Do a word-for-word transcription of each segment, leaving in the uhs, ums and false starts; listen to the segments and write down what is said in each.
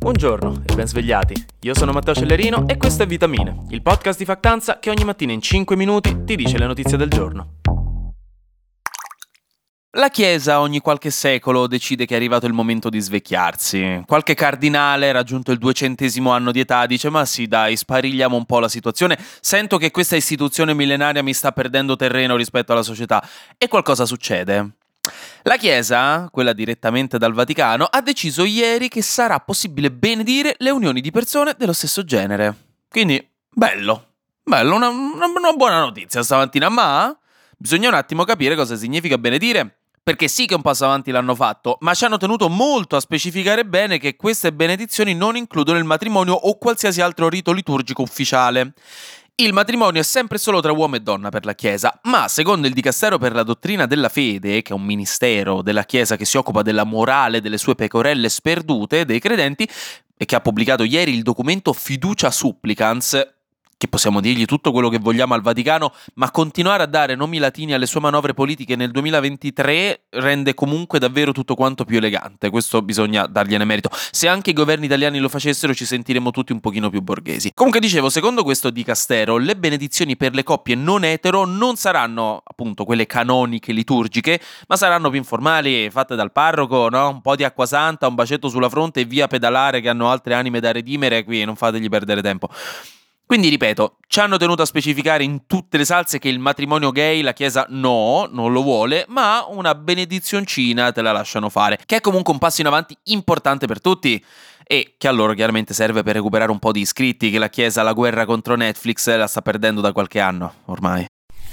Buongiorno e ben svegliati. Io sono Matteo Cellerino e questo è Vitamine, il podcast di Factanza che ogni mattina in cinque minuti ti dice le notizie del giorno. La Chiesa ogni qualche secolo decide che è arrivato il momento di svecchiarsi. Qualche cardinale, raggiunto il duecentesimo anno di età, dice «Ma sì dai, sparigliamo un po' la situazione, sento che questa istituzione millenaria mi sta perdendo terreno rispetto alla società». E qualcosa succede. La Chiesa, quella direttamente dal Vaticano, ha deciso ieri che sarà possibile benedire le unioni di persone dello stesso genere. Quindi, bello, bello, una, una, una buona notizia stamattina, ma bisogna un attimo capire cosa significa benedire. Perché sì che un passo avanti l'hanno fatto, ma ci hanno tenuto molto a specificare bene che queste benedizioni non includono il matrimonio o qualsiasi altro rito liturgico ufficiale. Il matrimonio è sempre solo tra uomo e donna per la Chiesa, ma secondo il Dicastero per la dottrina della fede, che è un ministero della Chiesa che si occupa della morale delle sue pecorelle sperdute dei credenti e che ha pubblicato ieri il documento Fiducia Supplicans, che possiamo dirgli tutto quello che vogliamo al Vaticano, ma continuare a dare nomi latini alle sue manovre politiche nel duemilaventitré rende comunque davvero tutto quanto più elegante. Questo bisogna dargliene merito. Se anche i governi italiani lo facessero ci sentiremo tutti un pochino più borghesi. Comunque dicevo, secondo questo dicastero, le benedizioni per le coppie non etero non saranno appunto quelle canoniche liturgiche, ma saranno più informali, fatte dal parroco, no? Un po' di acqua santa, un bacetto sulla fronte e via pedalare che hanno altre anime da redimere, qui non fategli perdere tempo. Quindi ripeto, ci hanno tenuto a specificare in tutte le salse che il matrimonio gay la Chiesa no, non lo vuole, ma una benedizioncina te la lasciano fare, che è comunque un passo in avanti importante per tutti e che a loro chiaramente serve per recuperare un po' di iscritti che la Chiesa la guerra contro Netflix la sta perdendo da qualche anno ormai.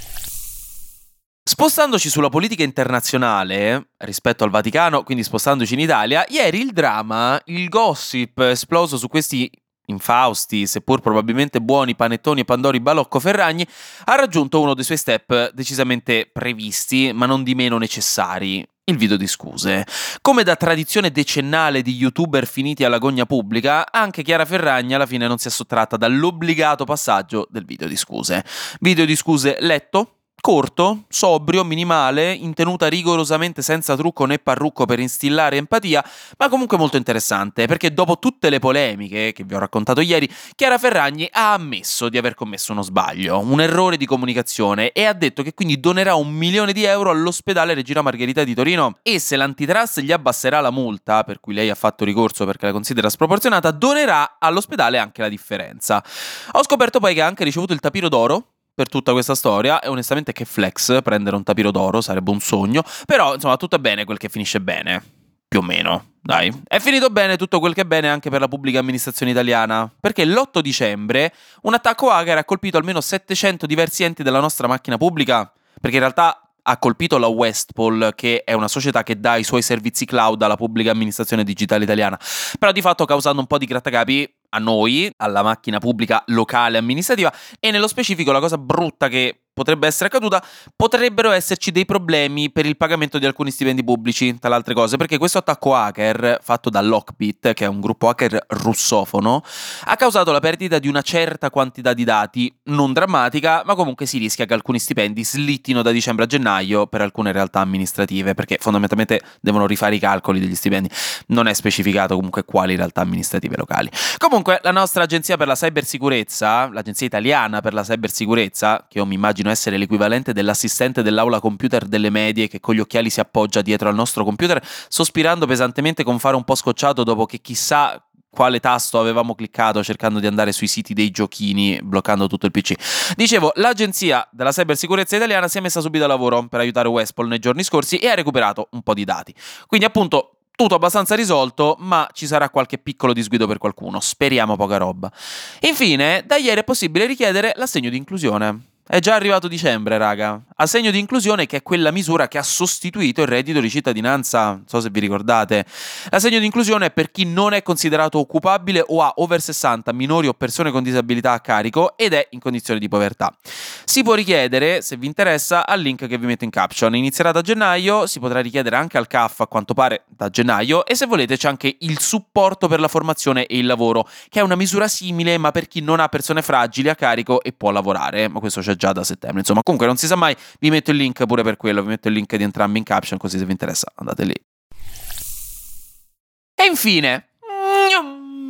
Spostandoci sulla politica internazionale rispetto al Vaticano, quindi spostandoci in Italia, ieri il dramma, il gossip esploso su questi infausti, seppur probabilmente buoni, panettoni e pandori Balocco Ferragni, ha raggiunto uno dei suoi step decisamente previsti, ma non di meno necessari: il video di scuse. Come da tradizione decennale di youtuber finiti alla gogna pubblica, anche Chiara Ferragni alla fine non si è sottratta dall'obbligato passaggio del video di scuse. Video di scuse letto, corto, sobrio, minimale, in tenuta rigorosamente senza trucco né parrucco per instillare empatia, ma comunque molto interessante, perché dopo tutte le polemiche che vi ho raccontato ieri, Chiara Ferragni ha ammesso di aver commesso uno sbaglio, un errore di comunicazione, e ha detto che quindi donerà un milione di euro all'ospedale Regina Margherita di Torino, e se l'antitrust gli abbasserà la multa, per cui lei ha fatto ricorso perché la considera sproporzionata, donerà all'ospedale anche la differenza. Ho scoperto poi che ha anche ricevuto il tapiro d'oro per tutta questa storia, e onestamente che flex prendere un tapiro d'oro, sarebbe un sogno, però insomma tutto è bene quel che finisce bene, più o meno, dai. È finito bene tutto quel che è bene anche per la pubblica amministrazione italiana, perché l'otto dicembre un attacco hacker ha colpito almeno settecento diversi enti della nostra macchina pubblica, perché in realtà ha colpito la Westpol, che è una società che dà i suoi servizi cloud alla pubblica amministrazione digitale italiana, però di fatto causando un po' di grattacapi a noi, alla macchina pubblica locale amministrativa, e nello specifico la cosa brutta che potrebbe essere accaduta, potrebbero esserci dei problemi per il pagamento di alcuni stipendi pubblici, tra le altre cose, perché questo attacco hacker fatto da Lockbit, che è un gruppo hacker russofono, ha causato la perdita di una certa quantità di dati, non drammatica, ma comunque si rischia che alcuni stipendi slittino da dicembre a gennaio per alcune realtà amministrative, perché fondamentalmente devono rifare i calcoli degli stipendi. Non è specificato comunque quali realtà amministrative locali. Comunque la nostra agenzia per la cybersicurezza, l'agenzia italiana per la cybersicurezza, che io mi immagino essere l'equivalente dell'assistente dell'aula computer delle medie che con gli occhiali si appoggia dietro al nostro computer, sospirando pesantemente con fare un po' scocciato dopo che chissà quale tasto avevamo cliccato cercando di andare sui siti dei giochini, bloccando tutto il P C. Dicevo, l'agenzia della cybersicurezza italiana si è messa subito a lavoro per aiutare Westpol nei giorni scorsi e ha recuperato un po' di dati. Quindi appunto tutto abbastanza risolto, ma ci sarà qualche piccolo disguido per qualcuno, speriamo poca roba. Infine, da ieri è possibile richiedere l'assegno di inclusione. È già arrivato dicembre, raga. Assegno di inclusione, che è quella misura che ha sostituito il reddito di cittadinanza, non so se vi ricordate. L'assegno di inclusione è per chi non è considerato occupabile o ha over sessanta, minori o persone con disabilità a carico ed è in condizioni di povertà. Si può richiedere, se vi interessa, al link che vi metto in caption. Inizierà da gennaio, si potrà richiedere anche al C A F a quanto pare da gennaio, e se volete c'è anche il supporto per la formazione e il lavoro, che è una misura simile ma per chi non ha persone fragili a carico e può lavorare, ma questo c'è già da settembre. Insomma, comunque non si sa mai, vi metto il link pure per quello, vi metto il link di entrambi in caption, così se vi interessa andate lì. E infine,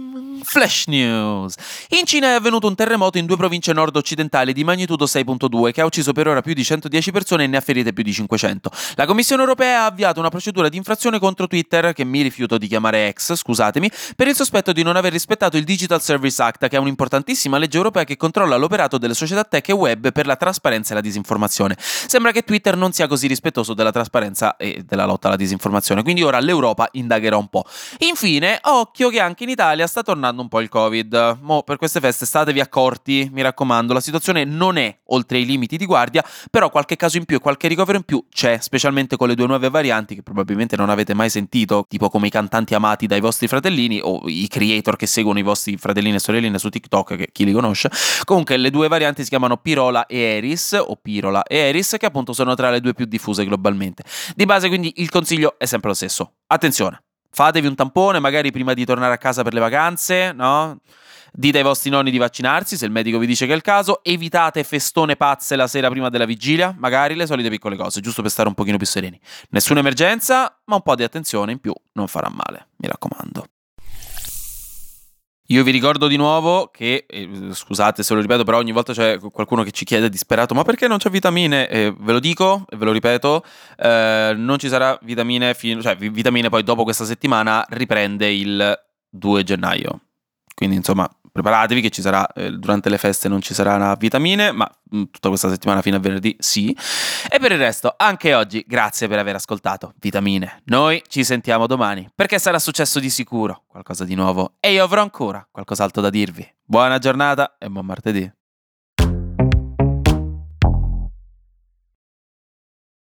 Flash News. In Cina è avvenuto un terremoto in due province nord-occidentali di magnitudo sei virgola due che ha ucciso per ora più di centodieci persone e ne ha ferite più di cinquecento. La Commissione europea ha avviato una procedura di infrazione contro Twitter, che mi rifiuto di chiamare X, scusatemi, per il sospetto di non aver rispettato il Digital Service Act, che è un'importantissima legge europea che controlla l'operato delle società tech e web per la trasparenza e la disinformazione. Sembra che Twitter non sia così rispettoso della trasparenza e della lotta alla disinformazione, quindi ora l'Europa indagherà un po'. Infine, occhio che anche in Italia sta tornando un po' il Covid. Mo, per queste feste statevi accorti, mi raccomando, la situazione non è oltre i limiti di guardia, però qualche caso in più e qualche ricovero in più c'è, specialmente con le due nuove varianti che probabilmente non avete mai sentito, tipo come i cantanti amati dai vostri fratellini o i creator che seguono i vostri fratellini e sorelline su TikTok, che chi li conosce. Comunque le due varianti si chiamano Pirola e Eris, o Pirola e Eris, che appunto sono tra le due più diffuse globalmente. Di base quindi il consiglio è sempre lo stesso. Attenzione! Fatevi un tampone magari prima di tornare a casa per le vacanze, no? Dite ai vostri nonni di vaccinarsi se il medico vi dice che è il caso. Evitate festone pazze la sera prima della vigilia, magari le solite piccole cose, giusto per stare un pochino più sereni. Nessuna emergenza, ma un po' di attenzione in più non farà male, mi raccomando. Io vi ricordo di nuovo che, eh, scusate se lo ripeto, però ogni volta c'è qualcuno che ci chiede disperato ma perché non c'è vitamine? Eh, ve lo dico e ve lo ripeto, eh, non ci sarà vitamine, fin- cioè vitamine poi dopo questa settimana riprende il due gennaio. Quindi insomma preparatevi che ci sarà, eh, durante le feste non ci saranno vitamine, ma mh, tutta questa settimana fino a venerdì sì. E per il resto, anche oggi, grazie per aver ascoltato Vitamine. Noi ci sentiamo domani, perché sarà successo di sicuro qualcosa di nuovo e io avrò ancora qualcos'altro da dirvi. Buona giornata e buon martedì.